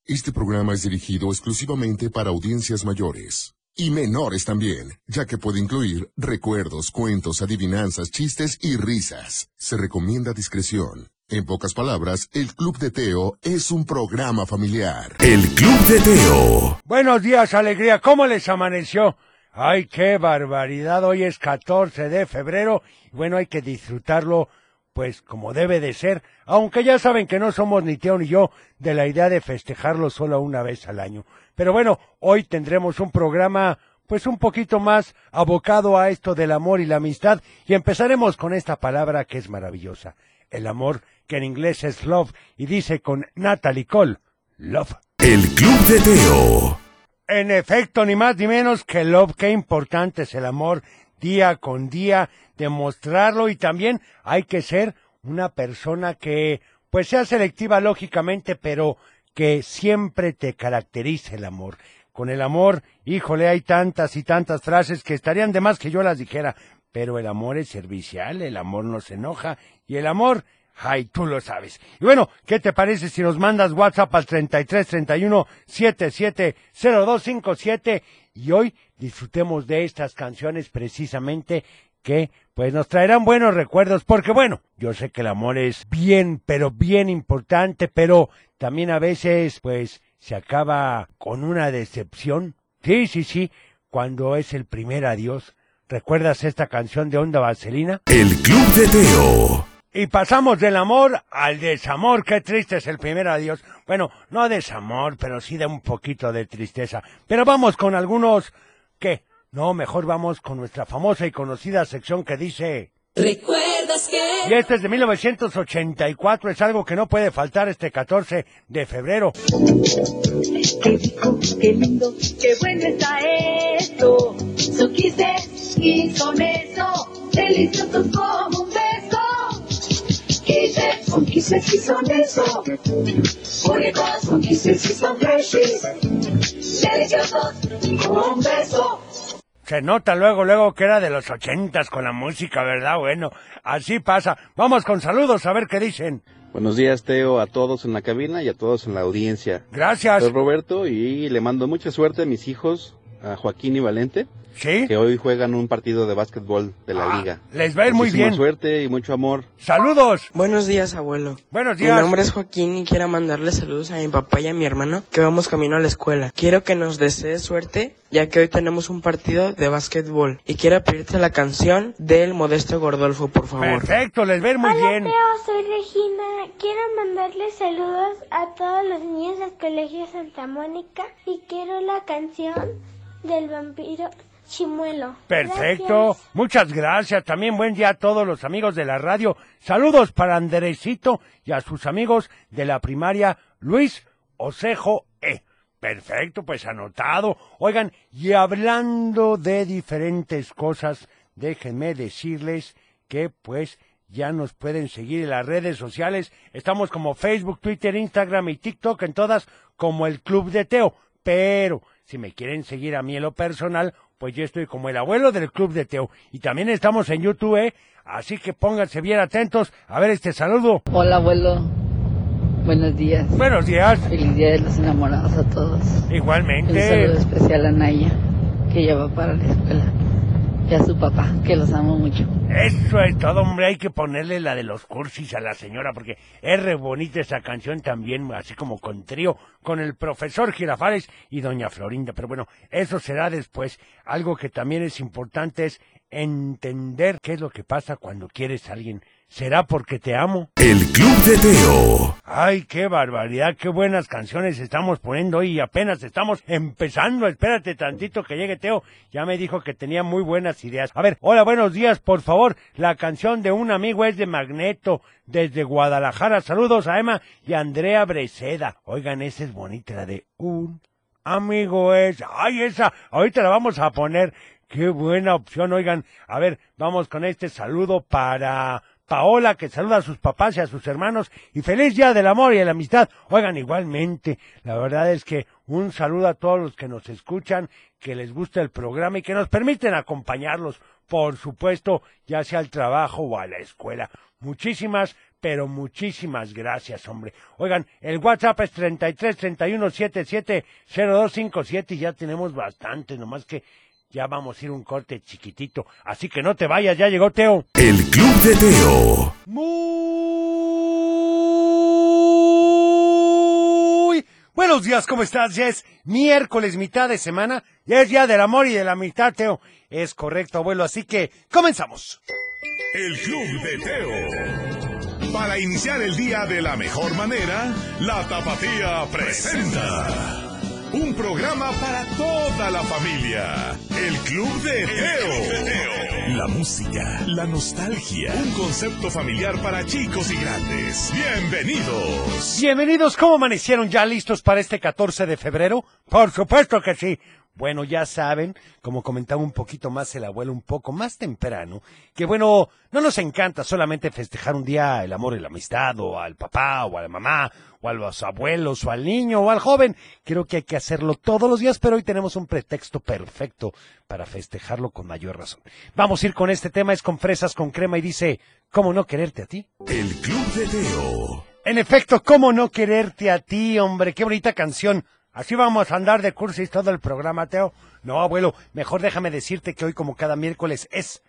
Este programa es dirigido exclusivamente para audiencias mayores. Y menores también, ya que puede incluir recuerdos, cuentos, adivinanzas, chistes y risas. Se recomienda discreción. En pocas palabras, el Club de Teo es un programa familiar. El Club de Teo. Buenos días, alegría. ¿Cómo les amaneció? Ay, qué barbaridad. Hoy es 14 de febrero. Y bueno, hay que disfrutarlo, pues, como debe de ser. Aunque ya saben que no somos ni Teo ni yo de la idea de festejarlo solo una vez al año. Pero bueno, hoy tendremos un programa, pues, un poquito más abocado a esto del amor y la amistad. Y empezaremos con esta palabra que es maravillosa. El amor, que en inglés es love, y dice con Natalie Cole, love. El Club de Teo. En efecto, ni más ni menos que love, qué importante es el amor, día con día, demostrarlo, y también hay que ser una persona que, pues sea selectiva lógicamente, pero que siempre te caracterice el amor. Con el amor, híjole, hay tantas y tantas frases que estarían de más que yo las dijera, pero el amor es servicial, el amor no se enoja, y el amor, ay, tú lo sabes. Y bueno, ¿qué te parece si nos mandas WhatsApp al 3331-770257? Y hoy disfrutemos de estas canciones precisamente que, pues, nos traerán buenos recuerdos, porque bueno, yo sé que el amor es bien, pero bien importante, pero también a veces, pues, se acaba con una decepción. Sí, cuando es el primer adiós. ¿Recuerdas esta canción de Onda Vaselina? El Club de Teo. Y pasamos del amor al desamor. Qué triste es el primer adiós. Bueno, no desamor, pero sí de un poquito de tristeza. Pero vamos con algunos... ¿Qué? No, mejor vamos con nuestra famosa y conocida sección que dice... ¿Recuerdas que...? Y este es de 1984, es algo que no puede faltar este 14 de febrero. Qué rico, qué lindo, qué bueno está esto. Son kisses y son eso, deliciosos como un beso. Kisses y son eso, únicos, son kisses y son freshies, deliciosos como un beso. Se nota luego que era de los 80s con la música, ¿verdad? Bueno, así pasa. Vamos con saludos a ver qué dicen. Buenos días, Teo, a todos en la cabina y a todos en la audiencia. Gracias. Soy Roberto y le mando mucha suerte a mis hijos, a Joaquín y Valente, ¿sí? Que hoy juegan un partido de básquetbol de la liga. Les va a ir muy bien. Muchísima suerte y mucho amor. ¡Saludos! Buenos días, abuelo. Buenos días. Mi nombre es Joaquín y quiero mandarle saludos a mi papá y a mi hermano que vamos camino a la escuela. Quiero que nos desees suerte, ya que hoy tenemos un partido de básquetbol. Y quiero pedirte la canción del Modesto Gordolfo, por favor. Perfecto, les va a ir muy bien. Hola, Teo, soy Regina. Quiero mandarle saludos a todos los niños del Colegio Santa Mónica y quiero la canción del vampiro Chimuelo. Perfecto, Gracias. Muchas gracias. También buen día a todos los amigos de la radio. Saludos para Andresito y a sus amigos de la primaria Luis Osejo E. Perfecto, pues anotado. Oigan, y hablando de diferentes cosas, déjenme decirles que pues ya nos pueden seguir en las redes sociales. Estamos como Facebook, Twitter, Instagram y TikTok, en todas como el Club de Teo. Pero si me quieren seguir a mí en lo personal, pues yo estoy como el abuelo del Club de Teo. Y también estamos en YouTube, así que pónganse bien atentos a ver este saludo. Hola, abuelo. Buenos días. Buenos días. Feliz Día de los Enamorados a todos. Igualmente. Un saludo especial a Naya, que ya va para la escuela. Y a su papá, que los amo mucho. Eso es todo, hombre. Hay que ponerle la de los cursis a la señora, porque es re bonita esa canción también, así como con trío, con el profesor Girafales y doña Florinda. Pero bueno, eso será después. Algo que también es importante es entender qué es lo que pasa cuando quieres a alguien. ¿Será porque te amo? El Club de Teo. Ay, qué barbaridad, qué buenas canciones estamos poniendo hoy y apenas estamos empezando. Espérate tantito que llegue Teo. Ya me dijo que tenía muy buenas ideas. A ver, hola, buenos días, por favor. La canción de un amigo es de Magneto, desde Guadalajara. Saludos a Emma y a Andrea Breceda. Oigan, esa es bonita, la de un amigo es... Ay, esa, ahorita la vamos a poner. Qué buena opción, oigan. A ver, vamos con este saludo para Paola, que saluda a sus papás y a sus hermanos, y feliz día del amor y de la amistad. Oigan, igualmente, la verdad es que un saludo a todos los que nos escuchan, que les gusta el programa y que nos permiten acompañarlos, por supuesto, ya sea al trabajo o a la escuela. Muchísimas, pero muchísimas gracias, hombre. Oigan, el WhatsApp es 33-31-77-0257 y ya tenemos bastante, nomás que ya vamos a ir un corte chiquitito. Así que no te vayas, ya llegó Teo. El Club de Teo. Muy buenos días, ¿cómo estás? Ya es miércoles, mitad de semana, ya es día del amor y de la amistad, Teo. Es correcto, abuelo, así que comenzamos. El Club de Teo. Para iniciar el día de la mejor manera, la Tapatía presenta un programa para toda la familia. El Club de Teo. La música, la nostalgia, un concepto familiar para chicos y grandes. ¡Bienvenidos! Bienvenidos, ¿cómo amanecieron? ¿Ya listos para este 14 de febrero? Por supuesto que sí. Bueno, ya saben, como comentaba un poquito más el abuelo un poco más temprano, que bueno, no nos encanta solamente festejar un día el amor y la amistad, o al papá, o a la mamá, o a los abuelos, o al niño, o al joven. Creo que hay que hacerlo todos los días, pero hoy tenemos un pretexto perfecto para festejarlo con mayor razón. Vamos a ir con este tema, es con fresas con crema y dice, ¿cómo no quererte a ti? El Club de Teo. En efecto, ¿cómo no quererte a ti, hombre? Qué bonita canción. ¿Así vamos a andar de cursis todo el programa, Teo? No, abuelo, mejor déjame decirte que hoy, como cada miércoles, es...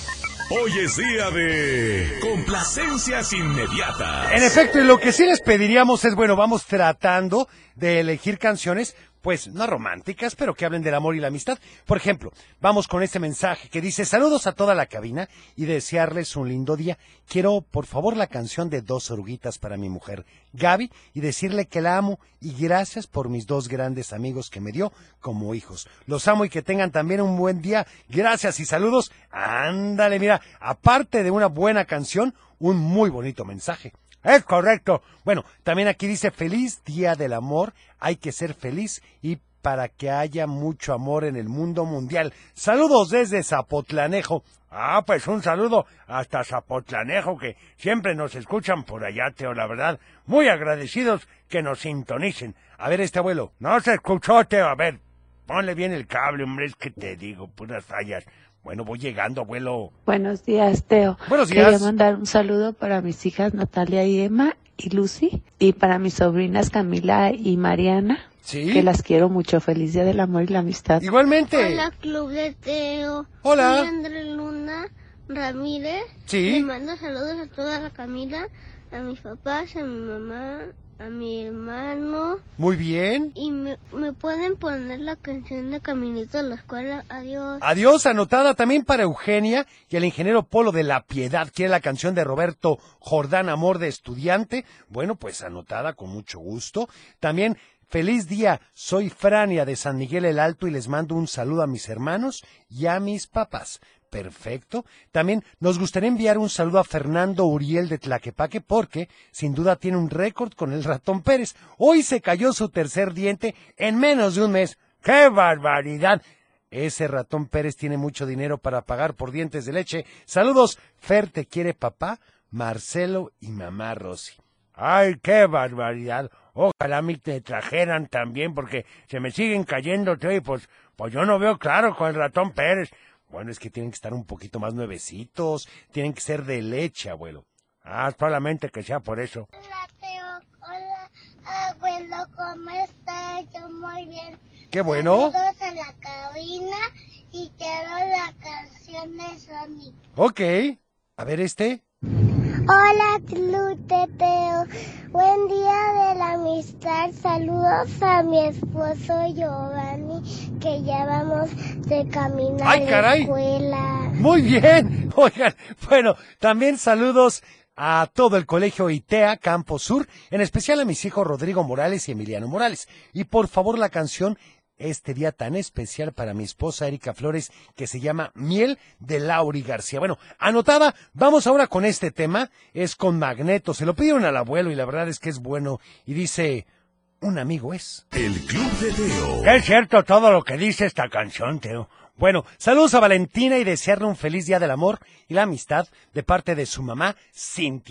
Hoy es día de complacencias inmediatas. En efecto, y lo que sí les pediríamos es, bueno, vamos tratando de elegir canciones, pues, no románticas, pero que hablen del amor y la amistad. Por ejemplo, vamos con este mensaje que dice, saludos a toda la cabina y desearles un lindo día. Quiero, por favor, la canción de Dos Oruguitas para mi mujer, Gaby, y decirle que la amo y gracias por mis dos grandes amigos que me dio como hijos. Los amo y que tengan también un buen día. Gracias y saludos. Ándale, mira, aparte de una buena canción, un muy bonito mensaje. Es correcto. Bueno, también aquí dice, feliz día del amor, hay que ser feliz y para que haya mucho amor en el mundo mundial. Saludos desde Zapotlanejo. Ah, pues un saludo hasta Zapotlanejo, que siempre nos escuchan por allá, Teo, la verdad. Muy agradecidos que nos sintonicen. A ver, este abuelo, no se escuchó, Teo, a ver, ponle bien el cable, hombre, es que te digo, puras fallas. Bueno, voy llegando, abuelo. Buenos días, Teo. Buenos días. Quería mandar un saludo para mis hijas Natalia y Emma y Lucy, y para mis sobrinas Camila y Mariana, ¿sí? Que las quiero mucho. Feliz día del amor y la amistad. Igualmente. Hola, Club de Teo. Hola. Soy André Luna Ramírez. Sí. Le mando saludos a toda la familia, a mis papás, a mi mamá, a mi hermano. Muy bien. Y me pueden poner la canción de Caminito a la escuela. Adiós. Adiós, anotada también para Eugenia y el ingeniero Polo de La Piedad. Quiere la canción de Roberto Jordán, Amor de Estudiante. Bueno, pues anotada con mucho gusto. También, feliz día, soy Frania de San Miguel el Alto y les mando un saludo a mis hermanos y a mis papás. Perfecto. También nos gustaría enviar un saludo a Fernando Uriel de Tlaquepaque porque sin duda tiene un récord con el ratón Pérez. Hoy se cayó su tercer diente en menos de un mes. ¡Qué barbaridad! Ese ratón Pérez tiene mucho dinero para pagar por dientes de leche. Saludos, Fer, te quiere papá, Marcelo y mamá Rosy. ¡Ay, qué barbaridad! Ojalá a mí te trajeran también porque se me siguen cayendo, Teo, y pues yo no veo claro con el ratón Pérez. Bueno, es que tienen que estar un poquito más nuevecitos, tienen que ser de leche, abuelo. Ah, solamente que sea por eso. Hola, Teo. Hola, abuelo, ¿cómo estás? Yo muy bien. Qué bueno. Saludos a la cabina y quiero la canción de Sonic. Ok. A ver este. Hola, Club de Teo. Buen día de la amistad. Saludos a mi esposo Giovanni, que ya vamos de camino a la escuela. Muy bien. Oigan, bueno, también saludos a todo el colegio ITEA Campo Sur, en especial a mis hijos Rodrigo Morales y Emiliano Morales. Y por favor la canción este día tan especial para mi esposa Erika Flores, que se llama Miel de Lauri García. Bueno, anotada, vamos ahora con este tema, es con Magneto, se lo pidieron al abuelo y la verdad es que es bueno, y dice, un amigo es. El Club de Teo. Es cierto todo lo que dice esta canción, Teo. Bueno, saludos a Valentina y desearle un feliz día del amor y la amistad de parte de su mamá, Cintia.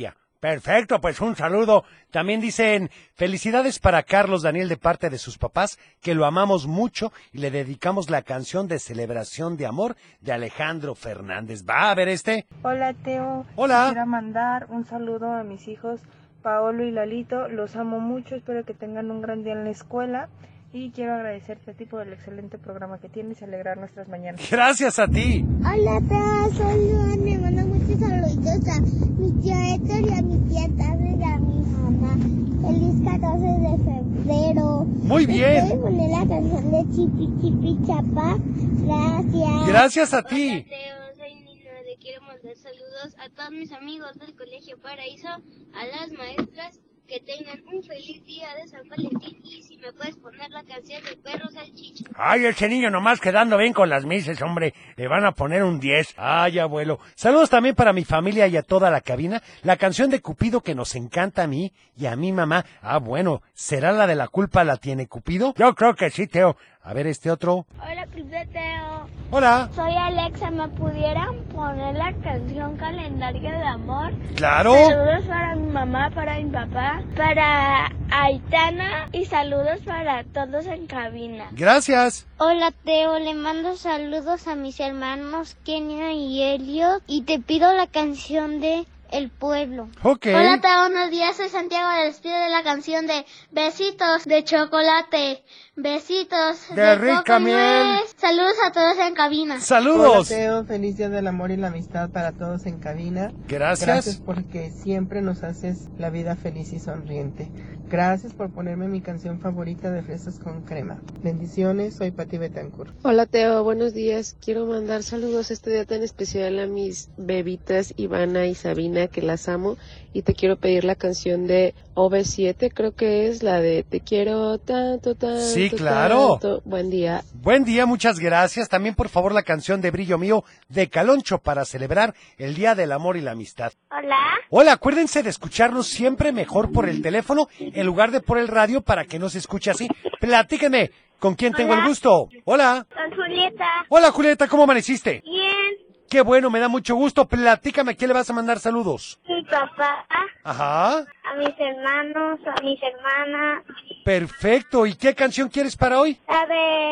Perfecto, pues un saludo. También dicen, felicidades para Carlos Daniel de parte de sus papás, que lo amamos mucho y le dedicamos la canción de celebración de amor de Alejandro Fernández. Va a ver este. Hola Teo. Hola. Quiero mandar un saludo a mis hijos Paolo y Lalito. Los amo mucho, espero que tengan un gran día en la escuela. Y quiero agradecerte a ti por el excelente programa que tienes y alegrar nuestras mañanas. Gracias a ti. Hola, Teo, soy Luan, le mando muchos saludos a mi tío Héctor y a mi tía Tarde y a mi mamá. Feliz 14 de febrero. Muy bien. ¿Puedes poner la canción de Chipi Chipi Chapa? Gracias. Gracias a ti. Hola, Teo, soy Nina, le quiero mandar saludos a todos mis amigos del Colegio Paraíso, a las maestras. Que tengan un feliz día de San Valentín y si me puedes poner la canción de Perro Salchicha. Ay, ese niño nomás quedando bien con las mises, hombre. Le van a poner un 10. Ay, abuelo. Saludos también para mi familia y a toda la cabina. La canción de Cupido que nos encanta a mí y a mi mamá. Ah, bueno, ¿será la de la culpa la tiene Cupido? Yo creo que sí, Teo. A ver este otro. Hola, Club de Teo. Hola. Soy Alexa, ¿me pudieran poner la canción Calendario de Amor? Claro. Saludos para mi mamá, para mi papá, para Aitana y saludos para todos en cabina. Gracias. Hola Teo, le mando saludos a mis hermanos Kenia y Elliot y te pido la canción de El Pueblo. Ok. Hola Teo, buenos días, soy Santiago, les pido de la canción de Besitos de Chocolate, Besitos de rica coco y miel. nuez. Saludos a todos en cabina. Saludos. Hola Teo, feliz día del amor y la amistad para todos en cabina. Gracias. Gracias porque siempre nos haces la vida feliz y sonriente. Gracias por ponerme mi canción favorita de Fresas con Crema. Bendiciones, soy Pati Betancourt. Hola Teo, buenos días. Quiero mandar saludos este día tan especial a mis bebitas Ivana y Sabina, que las amo, y te quiero pedir la canción de OV7, creo que es la de Te quiero tanto, tanto. Sí, claro. Tanto. Buen día. Buen día, muchas gracias. También, por favor, la canción de Brillo Mío de Caloncho para celebrar el Día del Amor y la Amistad. Hola. Hola, acuérdense de escucharnos siempre mejor por el teléfono en lugar de por el radio para que no se escuche así. Platíquenme, ¿con quién tengo el gusto? Hola. Con Julieta. Hola, Julieta, ¿cómo amaneciste? Bien. Qué bueno, me da mucho gusto. Platícame, ¿a quién le vas a mandar saludos? Mi papá, Ajá. a mis hermanos, a mis hermanas. Perfecto. ¿Y qué canción quieres para hoy? La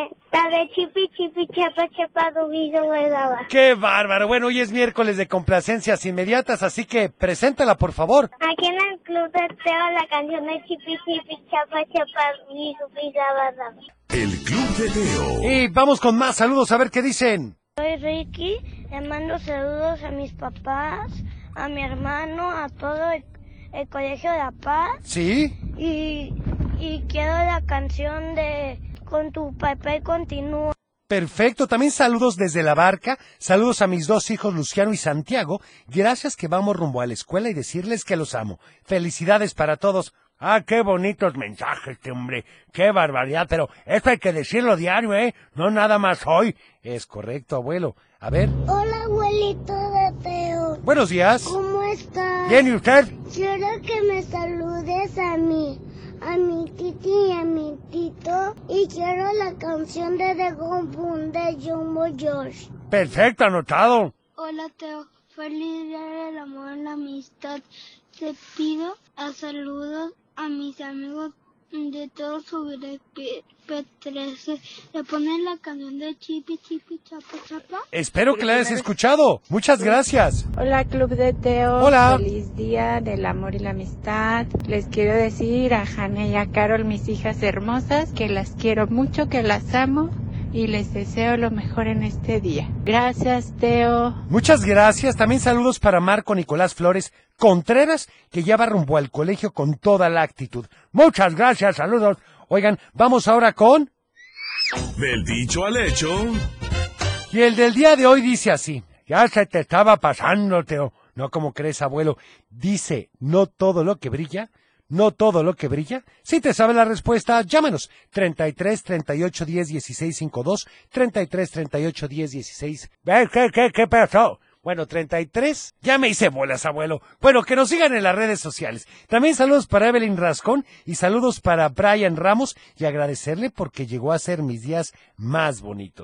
de Chipi Chipi Chapa Chapa Dubido Huedaba. ¡Qué bárbaro! Bueno, hoy es miércoles de complacencias inmediatas, así que preséntala, por favor. Aquí en el Club de Teo la canción de Chipi Chipi Chapa Chapa Dubido Huedaba. El Club de Teo. Y vamos con más saludos, a ver qué dicen. Soy Ricky, le mando saludos a mis papás, a mi hermano, a todo el Colegio de la Paz. ¿Sí? Y quiero la canción de Con tu papel continúa. Perfecto, también saludos desde la barca, saludos a mis dos hijos Luciano y Santiago, gracias que vamos rumbo a la escuela y decirles que los amo. Felicidades para todos. Ah, qué bonitos mensajes, hombre, qué barbaridad, pero esto hay que decirlo diario, no nada más hoy. Es correcto, abuelo. A ver. Hola, abuelito de Teo. Buenos días. ¿Cómo estás? Bien, ¿y usted? Quiero que me saludes a mi titi y a mi tito. Y quiero la canción de The Gunpun de Jumbo George. Perfecto, anotado. Hola Teo, feliz día del amor y la amistad. Te pido a saludos a mis amigos de todo sobre P13. ¿Le ponen la canción de Chipi Chipi Chapa Chapa? Espero que la hayas escuchado. Muchas gracias. Hola Club de Teo. Hola. Feliz día del amor y la amistad. Les quiero decir a Hanna y a Carol, mis hijas hermosas, que las quiero mucho, que las amo y les deseo lo mejor en este día. Gracias, Teo. Muchas gracias. También saludos para Marco Nicolás Flores Contreras, que ya va rumbo al colegio con toda la actitud. Muchas gracias, saludos. Oigan, vamos ahora con... Del dicho al hecho. Y el del día de hoy dice así. Ya se te estaba pasando, Teo. No, como crees, abuelo. Dice, no todo lo que brilla... ¿No todo lo que brilla? Si te sabe la respuesta, llámanos. 33 38 10 16 52, 33 38 10 16. ¿Qué pasó? Bueno, 33. Ya me hice bolas, abuelo. Bueno, que nos sigan en las redes sociales. También saludos para Evelyn Rascón y saludos para Brian Ramos y agradecerle porque llegó a ser mis días más bonitos.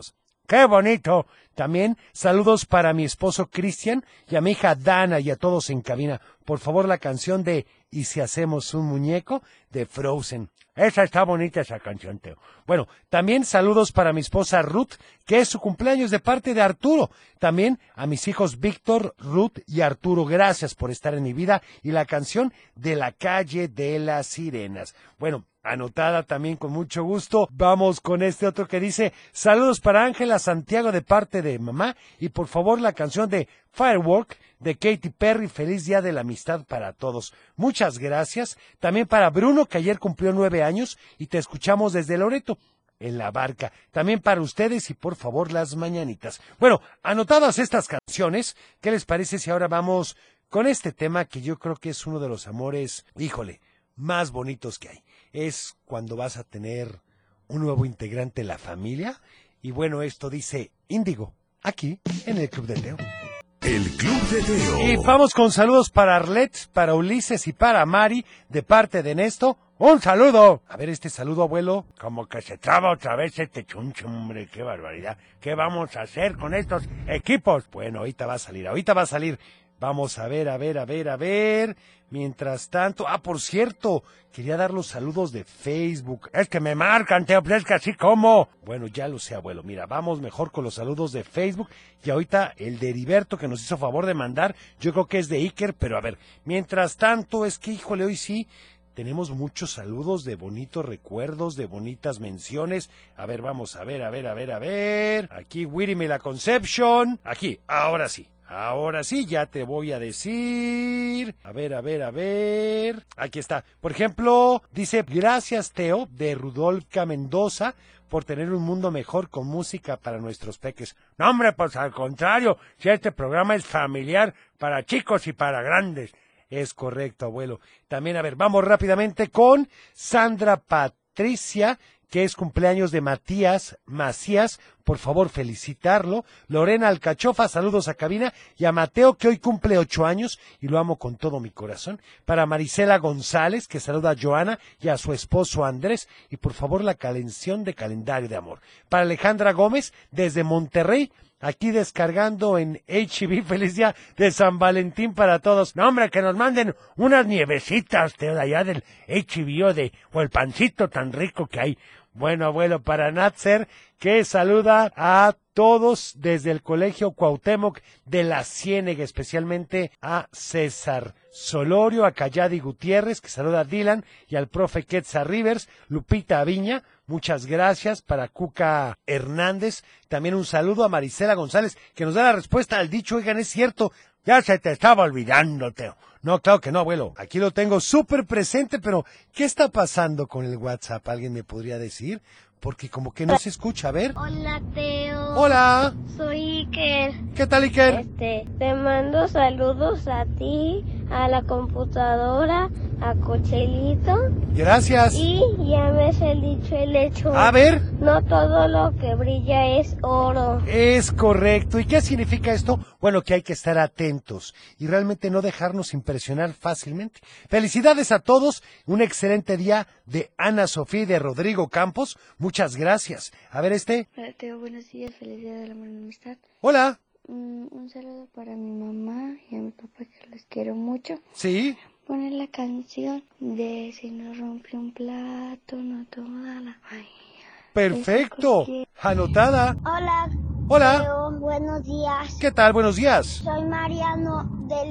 ¡Qué bonito! También saludos para mi esposo Cristian y a mi hija Dana y a todos en cabina. Por favor, la canción de ¿Y si hacemos un muñeco? De Frozen. Esa está bonita, esa canción, Teo. Bueno, también saludos para mi esposa Ruth, que es su cumpleaños de parte de Arturo. También a mis hijos Víctor, Ruth y Arturo. Gracias por estar en mi vida. Y la canción de La calle de las sirenas. Bueno, anotada también con mucho gusto. Vamos con este otro que dice, saludos para Ángela Santiago de parte de mamá. Y por favor la canción de Firework de Katy Perry, feliz día de la amistad para todos. Muchas gracias. También para Bruno, que ayer cumplió 9 años y te escuchamos desde Loreto, en la barca. También para ustedes y por favor las mañanitas. Bueno, anotadas estas canciones, ¿qué les parece si ahora vamos con este tema que yo creo que es uno de los amores, híjole, más bonitos que hay? Es cuando vas a tener un nuevo integrante en la familia. Y bueno, esto dice Índigo, aquí en el Club de Teo. El Club de Teo. Y vamos con saludos para Arlet, para Ulises y para Mari, de parte de Nesto. ¡Un saludo! A ver, este saludo, abuelo. Como que se traba otra vez este chunche, hombre, qué barbaridad. ¿Qué vamos a hacer con estos equipos? Bueno, ahorita va a salir. Vamos a ver. Mientras tanto, por cierto, quería dar los saludos de Facebook. Es que me marcan, Teo, es que así como. Bueno, ya lo sé, abuelo. Mira, vamos mejor con los saludos de Facebook. Y ahorita el de Heriberto que nos hizo favor de mandar, yo creo que es de Iker, pero a ver. Mientras tanto, es que, híjole, hoy sí tenemos muchos saludos de bonitos recuerdos, de bonitas menciones. A ver, vamos a ver. Aquí, Wirime la Conception. Aquí, ahora sí, ya te voy a decir. A ver. Aquí está. Por ejemplo, dice, gracias Teo, de Rudolfka Mendoza, por tener un mundo mejor con música para nuestros peques. No, hombre, pues al contrario, si este programa es familiar para chicos y para grandes. Es correcto, abuelo. También, a ver, vamos rápidamente con Sandra Patricia, que es cumpleaños de Matías Macías, por favor felicitarlo. Lorena Alcachofa, saludos a cabina, y a Mateo, que hoy cumple 8 años, y lo amo con todo mi corazón. Para Marisela González, que saluda a Joana, y a su esposo Andrés, y por favor la canción de Calendario de Amor. Para Alejandra Gómez, desde Monterrey, aquí descargando en HB, feliz día de San Valentín para todos. No, hombre, que nos manden unas nievecitas de allá del HB o el pancito tan rico que hay. Bueno, abuelo, para Natser, que saluda a todos desde el Colegio Cuauhtémoc de la Ciénega, especialmente a César Solorio, a Cayadi Gutiérrez, que saluda a Dylan, y al profe Quetzal Rivers, Lupita Aviña, muchas gracias. Para Cuca Hernández, también un saludo a Marisela González, que nos da la respuesta al dicho, oigan, es cierto, ya se te estaba olvidando, Teo. No, claro que no, abuelo. Aquí lo tengo súper presente, pero ¿qué está pasando con el WhatsApp? ¿Alguien me podría decir? Porque como que no se escucha, a ver. Hola, Teo. Hola. Soy Iker. ¿Qué tal, Iker? Te mando saludos a ti, a la computadora, a Cochelito. Gracias. Y ya ves el dicho, el hecho. A ver. No todo lo que brilla es oro. Es correcto. ¿Y qué significa esto? Bueno, que hay que estar atentos y realmente no dejarnos impresionar fácilmente. Felicidades a todos. Un excelente día de Ana Sofía y de Rodrigo Campos. Muchas gracias. A ver Hola, Teo, buenos días. Feliz día de la amistad. Hola. Un saludo para mi mamá y a mi papá, que los quiero mucho. Sí. Poner la canción de Si no rompe un plato, no toda la mañana. Perfecto. Anotada. Hola. Hola. Teo, buenos días. ¿Qué tal? Buenos días. Soy Mariano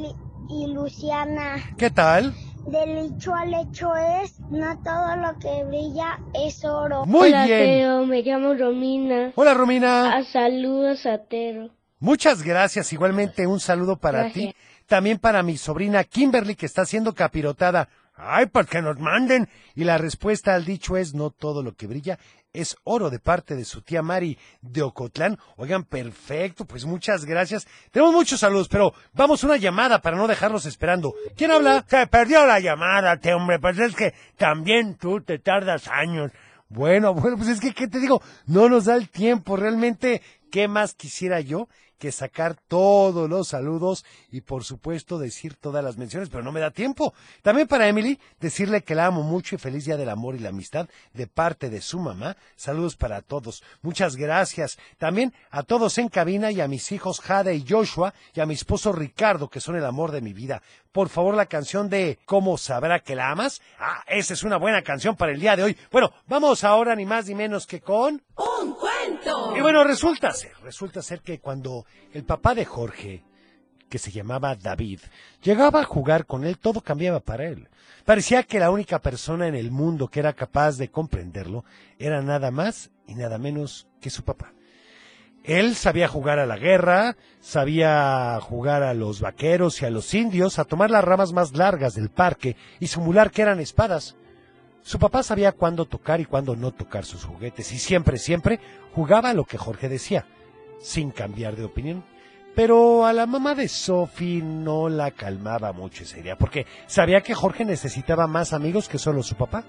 y Luciana. ¿Qué tal? Del dicho al hecho es, no todo lo que brilla es oro. Muy Hola, bien. Teo, me llamo Romina. Hola, Romina. Saludos a Teo. Muchas gracias. Igualmente un saludo para ti. También para mi sobrina Kimberly, que está siendo capirotada. Ay, pues que nos manden. Y la respuesta al dicho es, no todo lo que brilla es oro, de parte de su tía Mari de Ocotlán. Oigan, perfecto, pues muchas gracias. Tenemos muchos saludos, pero vamos a una llamada para no dejarlos esperando. ¿Quién habla? Se perdió la llamada, hombre, pues es que también tú te tardas años. Bueno, pues es que, ¿qué te digo? No nos da el tiempo, realmente ¿Qué más quisiera yo que sacar todos los saludos y por supuesto decir todas las menciones? Pero no me da tiempo. También para Emily, decirle que la amo mucho y feliz día del amor y la amistad de parte de su mamá. Saludos para todos. Muchas gracias. También a todos en cabina y a mis hijos Jade y Joshua y a mi esposo Ricardo, que son el amor de mi vida. Por favor, la canción de ¿Cómo sabrá que la amas? Esa es una buena canción para el día de hoy. Bueno, vamos ahora ni más ni menos que con... ¡Un cuento! Y bueno, resulta ser que cuando el papá de Jorge, que se llamaba David, llegaba a jugar con él, todo cambiaba para él. Parecía que la única persona en el mundo que era capaz de comprenderlo era nada más y nada menos que su papá. Él sabía jugar a la guerra, sabía jugar a los vaqueros y a los indios, a tomar las ramas más largas del parque y simular que eran espadas. Su papá sabía cuándo tocar y cuándo no tocar sus juguetes y siempre jugaba a lo que Jorge decía, sin cambiar de opinión. Pero a la mamá de Sophie no la calmaba mucho esa idea, porque sabía que Jorge necesitaba más amigos que solo su papá.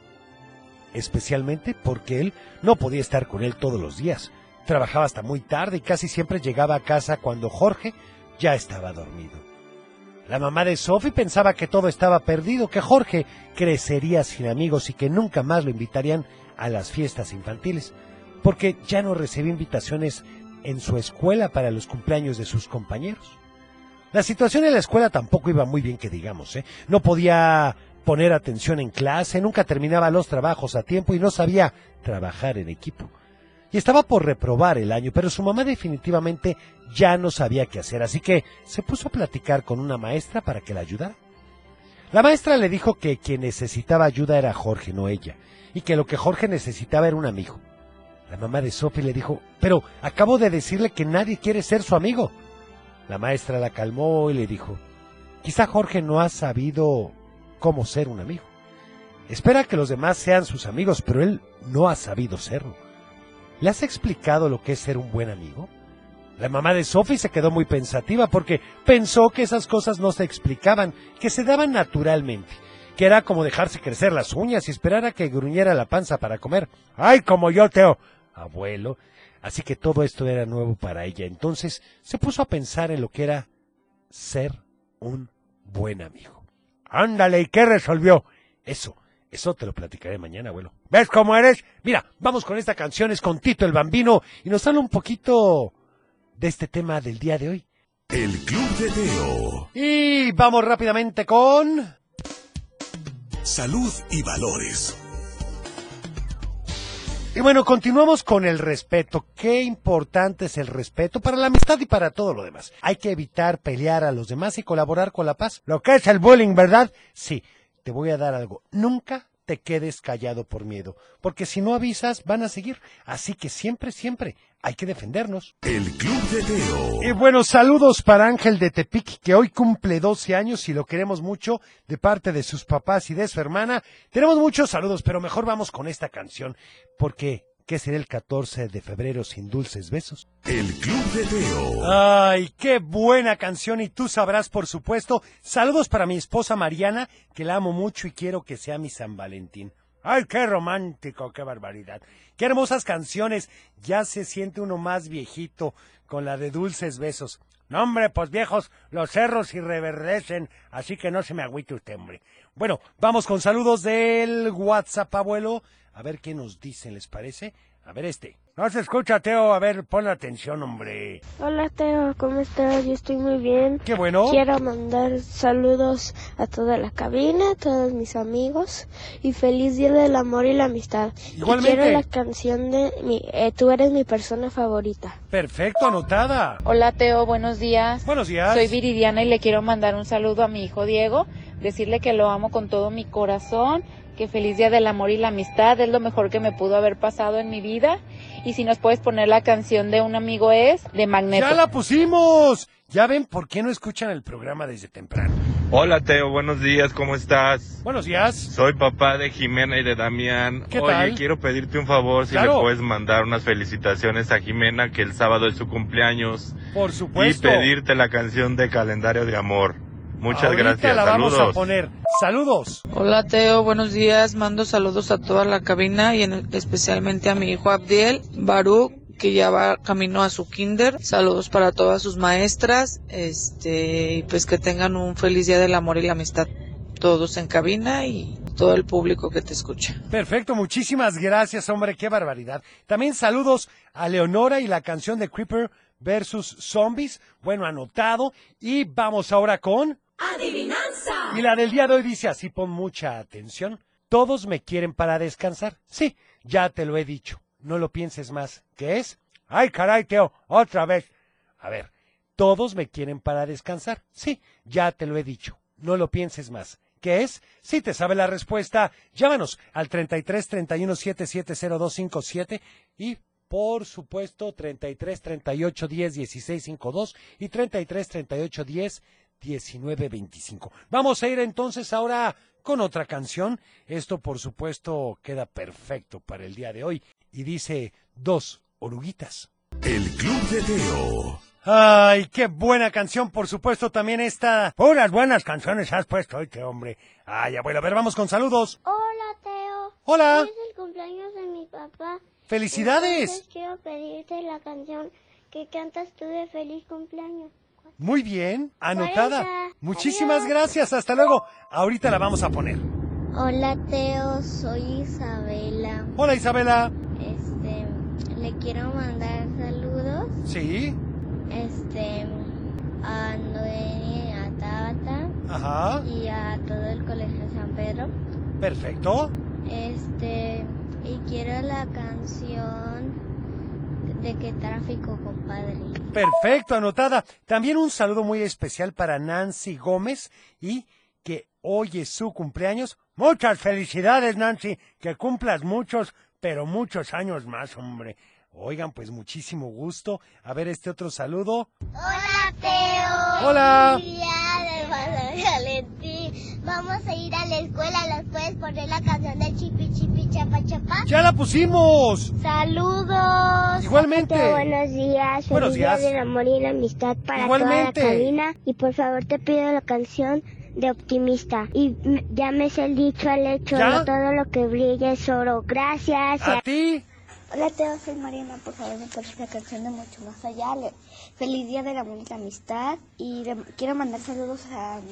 Especialmente porque él no podía estar con él todos los días. Trabajaba hasta muy tarde y casi siempre llegaba a casa cuando Jorge ya estaba dormido. La mamá de Sophie pensaba que todo estaba perdido, que Jorge crecería sin amigos y que nunca más lo invitarían a las fiestas infantiles, porque ya no recibía invitaciones en su escuela para los cumpleaños de sus compañeros. La situación en la escuela tampoco iba muy bien, que digamos, No podía poner atención en clase, nunca terminaba los trabajos a tiempo y no sabía trabajar en equipo. Y estaba por reprobar el año, pero su mamá definitivamente ya no sabía qué hacer, así que se puso a platicar con una maestra para que la ayudara. La maestra le dijo que quien necesitaba ayuda era Jorge, no ella, y que lo que Jorge necesitaba era un amigo. La mamá de Sophie le dijo, pero acabo de decirle que nadie quiere ser su amigo. La maestra la calmó y le dijo, quizá Jorge no ha sabido cómo ser un amigo. Espera que los demás sean sus amigos, pero él no ha sabido serlo. ¿Le has explicado lo que es ser un buen amigo? La mamá de Sophie se quedó muy pensativa porque pensó que esas cosas no se explicaban, que se daban naturalmente, que era como dejarse crecer las uñas y esperar a que gruñera la panza para comer. ¡Ay, como yo, Teo! Abuelo. Así que todo esto era nuevo para ella. Entonces se puso a pensar en lo que era ser un buen amigo. Ándale, ¿y qué resolvió? Eso te lo platicaré mañana, abuelo. ¿Ves cómo eres? Mira, vamos con esta canción, es con Tito el Bambino, y nos habla un poquito de este tema del día de hoy. El Club de Teo. Y vamos rápidamente con... Salud y valores. Y bueno, continuamos con el respeto. Qué importante es el respeto para la amistad y para todo lo demás. Hay que evitar pelear a los demás y colaborar con la paz. Lo que es el bullying, ¿verdad? Sí. Te voy a dar algo, nunca te quedes callado por miedo, porque si no avisas van a seguir, así que siempre hay que defendernos. El Club de Teo. Y bueno, saludos para Ángel de Tepic, que hoy cumple 12 años y lo queremos mucho de parte de sus papás y de su hermana. Tenemos muchos saludos, pero mejor vamos con esta canción, porque... ¿qué será el 14 de febrero sin dulces besos? El Club de Teo. ¡Ay, qué buena canción! Y tú sabrás, por supuesto. Saludos para mi esposa Mariana, que la amo mucho y quiero que sea mi San Valentín. ¡Ay, qué romántico, qué barbaridad! ¡Qué hermosas canciones! Ya se siente uno más viejito con la de dulces besos. No, hombre, pues viejos, los cerros y reverdecen, así que no se me agüite usted, hombre. Bueno, vamos con saludos del WhatsApp, abuelo. A ver qué nos dicen, ¿les parece? A ver No se escucha, Teo. A ver, pon atención, hombre. Hola, Teo. ¿Cómo estás? Yo estoy muy bien. Qué bueno. Quiero mandar saludos a toda la cabina, a todos mis amigos. Y feliz Día del Amor y la Amistad. Igualmente. Y quiero la canción de Tú eres mi persona favorita. Perfecto, anotada. Hola, Teo. Buenos días. Buenos días. Soy Viridiana y le quiero mandar un saludo a mi hijo Diego. Decirle que lo amo con todo mi corazón. Que feliz Día del Amor y la Amistad, es lo mejor que me pudo haber pasado en mi vida. Y si nos puedes poner la canción de Un Amigo Es, de Magneto. ¡Ya la pusimos! Ya ven por qué no escuchan el programa desde temprano. Hola, Teo, buenos días, ¿cómo estás? Buenos días. Soy papá de Jimena y de Damián. ¿Qué Oye, tal? quiero pedirte un favor, si Claro. le puedes mandar unas felicitaciones a Jimena, que el sábado es su cumpleaños. Por supuesto. Y pedirte la canción de Calendario de Amor. Muchas Ahorita gracias, la saludos. vamos a poner. Saludos. Hola, Teo, buenos días. Mando saludos a toda la cabina y especialmente a mi hijo Abdiel, Baruch, que ya va camino a su kinder. Saludos para todas sus maestras, y pues que tengan un feliz día del amor y la amistad, todos en cabina y todo el público que te escucha. Perfecto, muchísimas gracias, hombre, qué barbaridad. También saludos a Leonora y la canción de Creeper versus Zombies, bueno, anotado. Y vamos ahora con... ¡Adivinanza! Y la del día de hoy dice así, pon mucha atención. Todos me quieren para descansar. Sí, ya te lo he dicho, no lo pienses más. ¿Qué es? ¡Ay, caray, Teo! ¡Otra vez! A ver, todos me quieren para descansar. Sí, ya te lo he dicho, no lo pienses más. ¿Qué es? Si te sabe la respuesta, llámanos al 33 31 77 0257 y, por supuesto, 33 38 10 16 52 y 33 38 10 19 25. Vamos a ir entonces ahora con otra canción. Esto, por supuesto, queda perfecto para el día de hoy. Y dice, Dos oruguitas. El Club de Teo. Ay, qué buena canción, por supuesto, también esta. Puras buenas canciones has puesto hoy, hombre. Ay, abuelo, a ver, vamos con saludos. Hola, Teo. Hola. Hoy es el cumpleaños de mi papá. ¡Felicidades! Entonces quiero pedirte la canción que cantas tú de feliz cumpleaños. Muy bien, anotada. 40. Muchísimas Adiós. gracias, hasta luego. Ahorita la vamos a poner. Hola, Teo, soy Isabela. Hola, Isabela. Le quiero mandar saludos. Sí. A Noemi, a Tabata. Ajá. Y a todo el Colegio San Pedro. Perfecto. Y quiero la canción de Qué Tráfico, compadre. Perfecto, anotada. También un saludo muy especial para Nancy Gómez y que hoy es su cumpleaños. Muchas felicidades, Nancy, que cumplas muchos, pero muchos años más, hombre. Oigan, pues muchísimo gusto. A ver este otro saludo. Hola, Teo. Hola. Feliz día de San Valentín. Vamos a ir a la escuela. ¿Nos puedes poner la canción de Chipi Chipi Chapa Chapa? ¡Ya la pusimos! ¡Saludos! Igualmente. Teo, buenos días. Buenos Feliz día días. del amor y la amistad para Igualmente. toda la cabina. Y por favor te pido la canción de Optimista. Y llámese el dicho al hecho. ¿Ya? No todo lo que brilla es oro. Gracias. ¿A ti? Hola, Teo, soy Mariana. Por favor, me pones la canción de Mucho Más Allá. Feliz día del amor y la amistad. Y quiero mandar saludos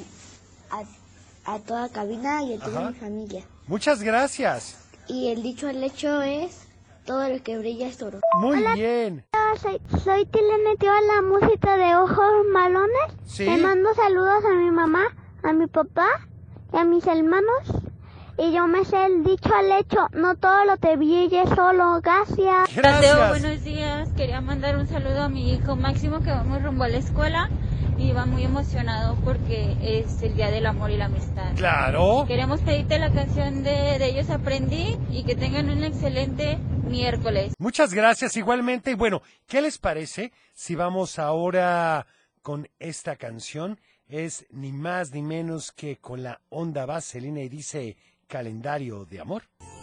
a toda cabina y a toda Ajá. mi familia. Muchas gracias. Y el dicho al hecho es, todo lo que brilla es oro. Muy bien. Soy Tilene Teo, la música de Ojos Malones. Sí. Le mando saludos a mi mamá, a mi papá y a mis hermanos. Y yo me sé el dicho al hecho, no todo lo que brille es solo. Gracias. Teo, buenos días. Quería mandar un saludo a mi hijo Máximo, que vamos rumbo a la escuela y va muy emocionado porque es el día del amor y la amistad. Claro. Queremos pedirte la canción de Ellos Aprendí y que tengan un excelente miércoles. Muchas gracias igualmente. Y bueno, ¿qué les parece si vamos ahora con esta canción? Es ni más ni menos que con la onda vaselina y dice Calendario de Amor.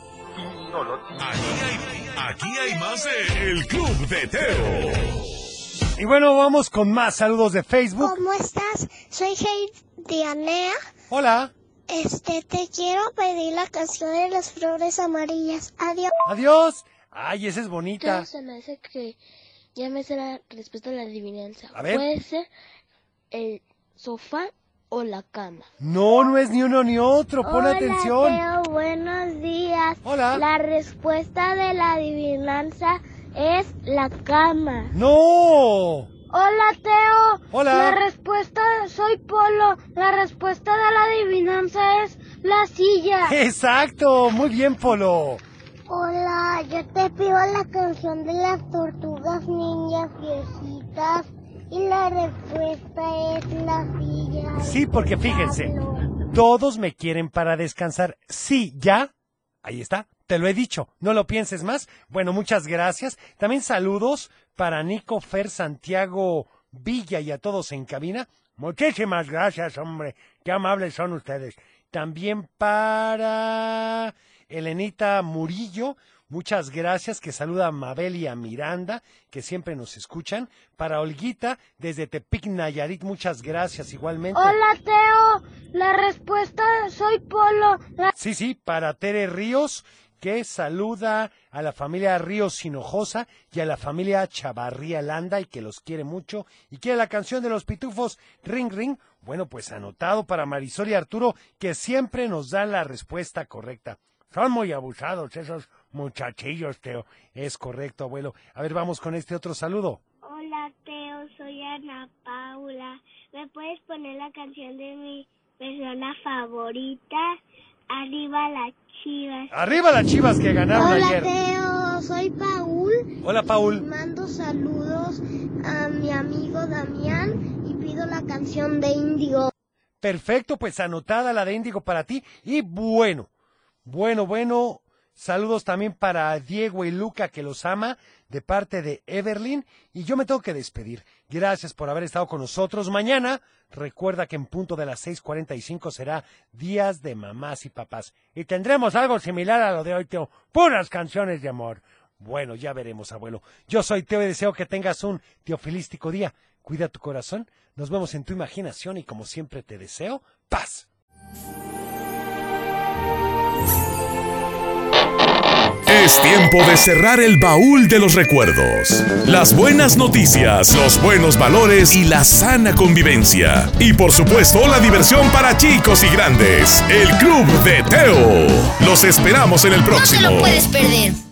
Aquí hay más de El Club de Teo. Y bueno, vamos con más saludos de Facebook. ¿Cómo estás? Soy Dianea. Hola. Te quiero pedir la canción de las flores amarillas. Adiós. Adiós. Ay, esa es bonita. Se me hace que ya me sé la respuesta a la adivinanza. A ver. Puede ser el sofá o la cama. No, no es ni uno ni otro. Pon Hola, atención. Teo, buenos días. Hola. La respuesta de la adivinanza es la cama. ¡No! Hola, Teo. Hola. La respuesta, soy Polo. La respuesta de la adivinanza es la silla. Exacto. Muy bien, Polo. Hola, yo te pido la canción de las tortugas ninjas viejitas. Y la respuesta es la silla. Sí, porque fíjense, todos me quieren para descansar. Sí, ya. Ahí está. Te lo he dicho. No lo pienses más. Bueno, muchas gracias. También saludos para Nico, Fer, Santiago, Villa y a todos en cabina. Muchísimas gracias, hombre. Qué amables son ustedes. También para Elenita Murillo. Muchas gracias, que saluda a Mabel y a Miranda, que siempre nos escuchan. Para Olguita, desde Tepic, Nayarit, muchas gracias igualmente. Hola, Teo. La respuesta, soy Polo. Sí, para Tere Ríos, que saluda a la familia Ríos Hinojosa y a la familia Chavarría Landa y que los quiere mucho y quiere la canción de los Pitufos Ring Ring. Bueno, pues anotado para Marisol y Arturo, que siempre nos dan la respuesta correcta. Son muy abusados esos muchachillos, Teo. Es correcto, abuelo. A ver, vamos con este otro saludo. Hola, Teo, soy Ana Paula. ¿Me puedes poner la canción de mi persona favorita? Arriba las Chivas. ¡Arriba las Chivas que ganaron ayer! Hola, Teo, soy Paul. Hola, Paul. Mando saludos a mi amigo Damián y pido la canción de Índigo. Perfecto, pues anotada la de Índigo para ti. Y bueno, saludos también para Diego y Luca, que los ama, de parte de Everlyn. Y yo me tengo que despedir. Gracias por haber estado con nosotros. Mañana, recuerda que en punto de las 6:45 será Días de Mamás y Papás. Y tendremos algo similar a lo de hoy, Teo. Puras canciones de amor. Bueno, ya veremos, abuelo. Yo soy Teo y deseo que tengas un teofilístico día. Cuida tu corazón. Nos vemos en tu imaginación y como siempre te deseo paz. Es tiempo de cerrar el baúl de los recuerdos. Las buenas noticias, los buenos valores y la sana convivencia. Y por supuesto, la diversión para chicos y grandes. El Club de Teo. Los esperamos en el próximo. No te lo puedes perder.